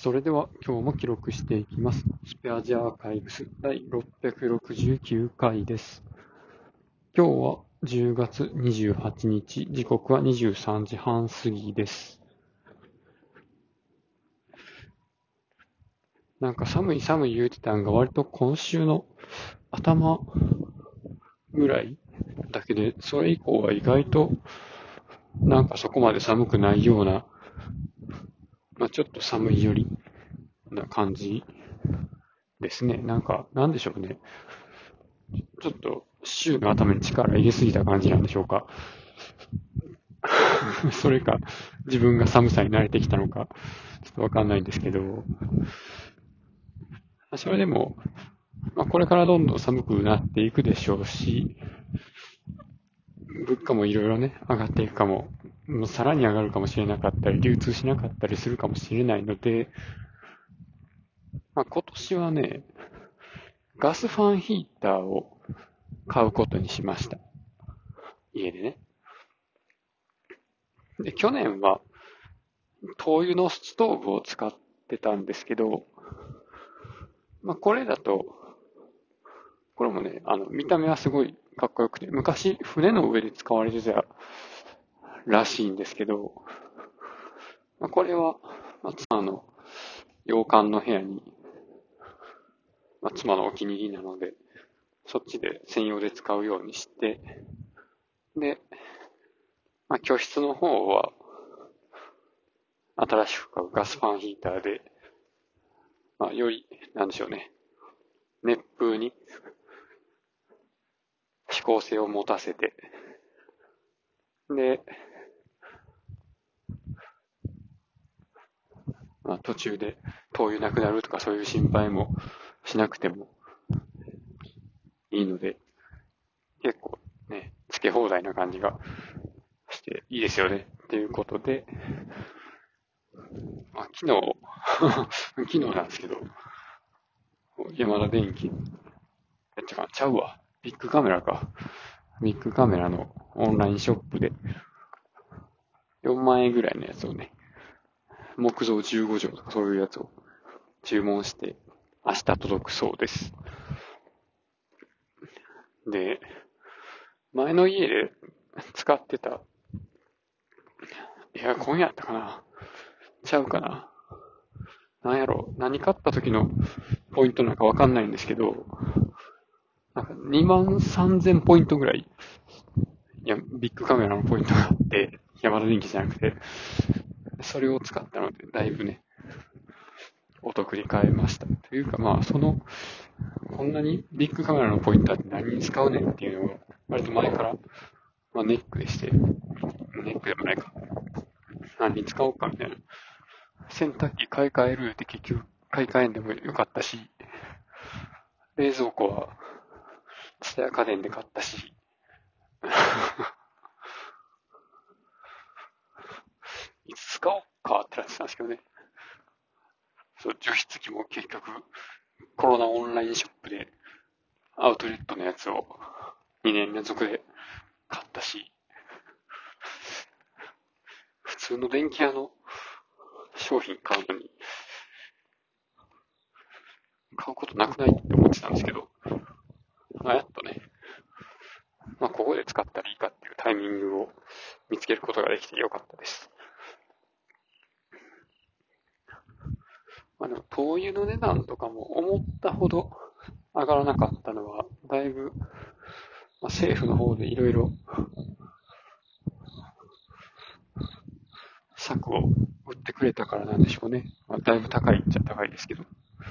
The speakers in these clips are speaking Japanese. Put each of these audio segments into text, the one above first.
それでは今日も記録していきます。スペアジアーカイブス第669回です。今日は10月28日、時刻は23時半過ぎです。なんか寒い言うてたんが割と今週の頭ぐらいだけで、それ以降は意外となんかそこまで寒くないような、ちょっと寒いよりな感じですね。なんでしょうね。ちょっと週の頭に力入れすぎた感じなんでしょうか。それか、自分が寒さに慣れてきたのか、ちょっとわかんないんですけど、それでも、これからどんどん寒くなっていくでしょうし、物価もいろいろね、上がっていくかも、さらに上がるかもしれなかったり、流通しなかったりするかもしれないので、今年はね、ガスファンヒーターを買うことにしました。家でね。で、去年は灯油のストーブを使ってたんですけど、これだと、これもね、見た目はすごいかっこよくて、昔船の上で使われてたらしいんですけど、これは、妻の洋館の部屋に、妻のお気に入りなので、そっちで専用で使うようにして、で、居室の方は、新しく買うガスファンヒーターで、より、なんでしょうね、熱風に指向性を持たせて、で、途中で灯油なくなるとかそういう心配もしなくてもいいので、結構ね、つけ放題な感じがしていいですよね。っていうことで、昨日、昨日なんですけど、ヤマダ電機、ちゃうわ。ビッグカメラか。ビッグカメラのオンラインショップで4万円ぐらいのやつをね、木造15畳とかそういうやつを注文して明日届くそうです。で、前の家で使ってたエアコンやったかなちゃうかななんやろ何買った時のポイントなんかわかんないんですけど、2万3000ポイントぐらい、ビッグカメラのポイントがあって、ヤマダ電機じゃなくて、それを使ったので、だいぶね、お得に買えました。というかこんなにビッグカメラのポイントって何に使うねんっていうのが、割と前から、ネックでして、ネックでもないか。何に使おうかみたいな。洗濯機買い替えるって結局買い替えんでもよかったし、冷蔵庫は蔦屋家電で買ったし、いつ使おうかってなってたんですけどね。そう、除湿機も結局コロナオンラインショップでアウトレットのやつを2年連続で買ったし、普通の電気屋の商品買うのに買うことなくないって思ってたんですけど、やっとね、ここで使ったらいいかっていうタイミングを見つけることができてよかったです。でも灯油の値段とかも思ったほど上がらなかったのは、だいぶ、政府の方でいろいろ策を打ってくれたからなんでしょうね。だいぶ高いっちゃ高いですけど。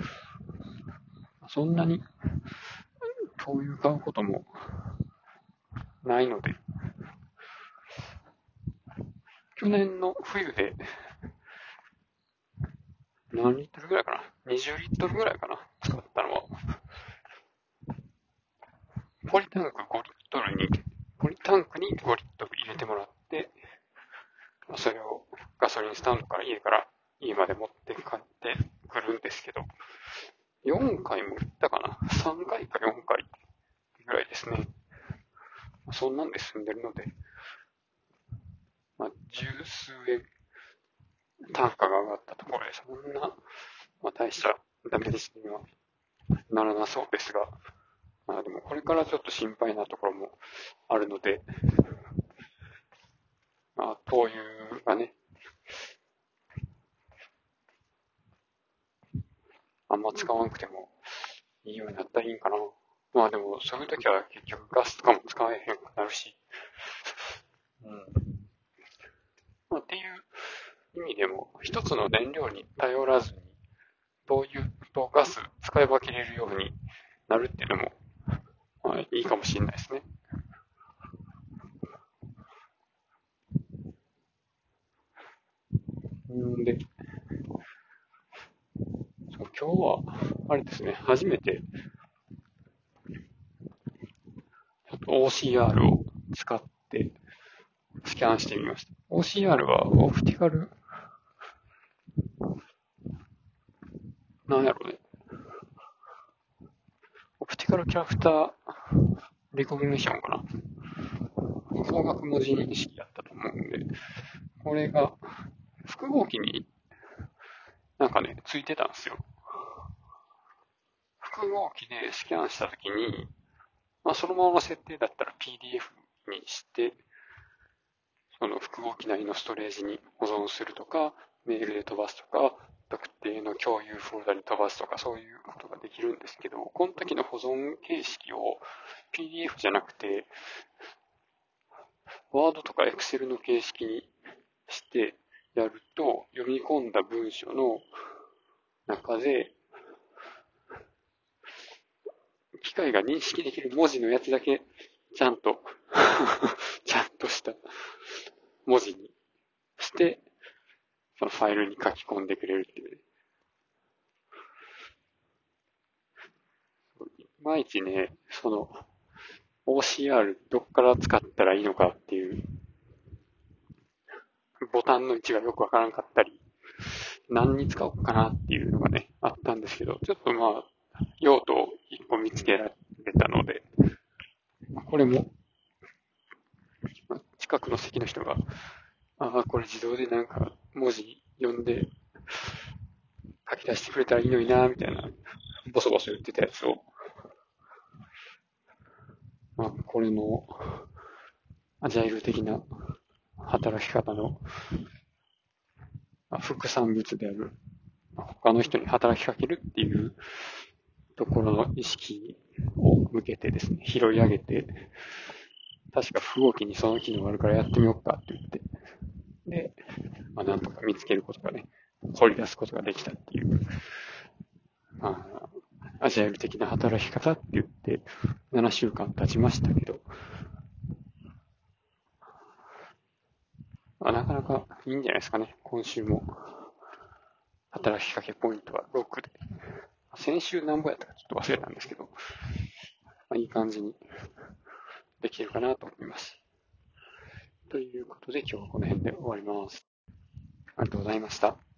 そんなに灯油買うこともないので、去年の冬で何リットルぐらいかな ?20 リットルぐらいかな使ったのは。ポリタンク5リットルに、ポリタンクに5リットル入れてもらって、それをガソリンスタンドから家まで持って帰ってくるんですけど、4回も行ったかな ?3 回か4回ぐらいですね。そんなんで済んでるので、十数円単価が上がったところでそんな、まあ大したダメージにはならなそうですが、まあでもこれからちょっと心配なところもあるので、まあ灯油がね、あんま使わなくてもいいようになったらいいんかな。まあでもそういう時は結局ガスとかも使えへんくなるし、うん。まあっていう意味でも、一つの燃料に頼らずに、灯油とガス使い分けれるようになるっていうのも、まあいいかもしれないですね。うんで、そう今日は、あれですね、初めてちょっと OCR を使ってスキャンしてみました。OCR はオプティカル、なんやろうね。オプティカルキャラクターリコグニションかな。光学文字認識やったと思うんで、これが複合機になんかね、ついてたんですよ。複合機でスキャンしたときに、まあそのままの設定だったら PDF にして、その複合機内のストレージに保存するとか、メールで飛ばすとか、特定の共有フォルダに飛ばすとか、そういうことができるんですけど、この時の保存形式を PDF じゃなくて、Word とか Excel の形式にしてやると、読み込んだ文章の中で、機械が認識できる文字のやつだけ、ちゃんとちゃんとした文字にして、そのファイルに書き込んでくれるっていうね。いまいちね、その OCR どっから使ったらいいのかっていうボタンの位置がよくわからんかったり、何に使おうかなっていうのがね、あったんですけど、ちょっとまあ、用途を一個見つけられたので、これも近くの席の人が、ああ、これ自動でなんか文字読んで書き出してくれたらいいのにな、みたいな、ボソボソ言ってたやつを、まあ、これのアジャイル的な働き方の副産物である、他の人に働きかけるっていうところの意識を向けてですね、拾い上げて、確か不合機にその機能があるからやってみようかって言って、で、まあ、なんとか見つけることがね、掘り出すことができたっていう、まあ、アジャイル的な働き方って言って、7週間経ちましたけど、まあ、なかなかいいんじゃないですかね。今週も働きかけポイントは6で。先週何ぼやったかちょっと忘れたんですけど、まあ、いい感じにできてるかなと思います。ということで今日はこの辺で終わります。ありがとうございました。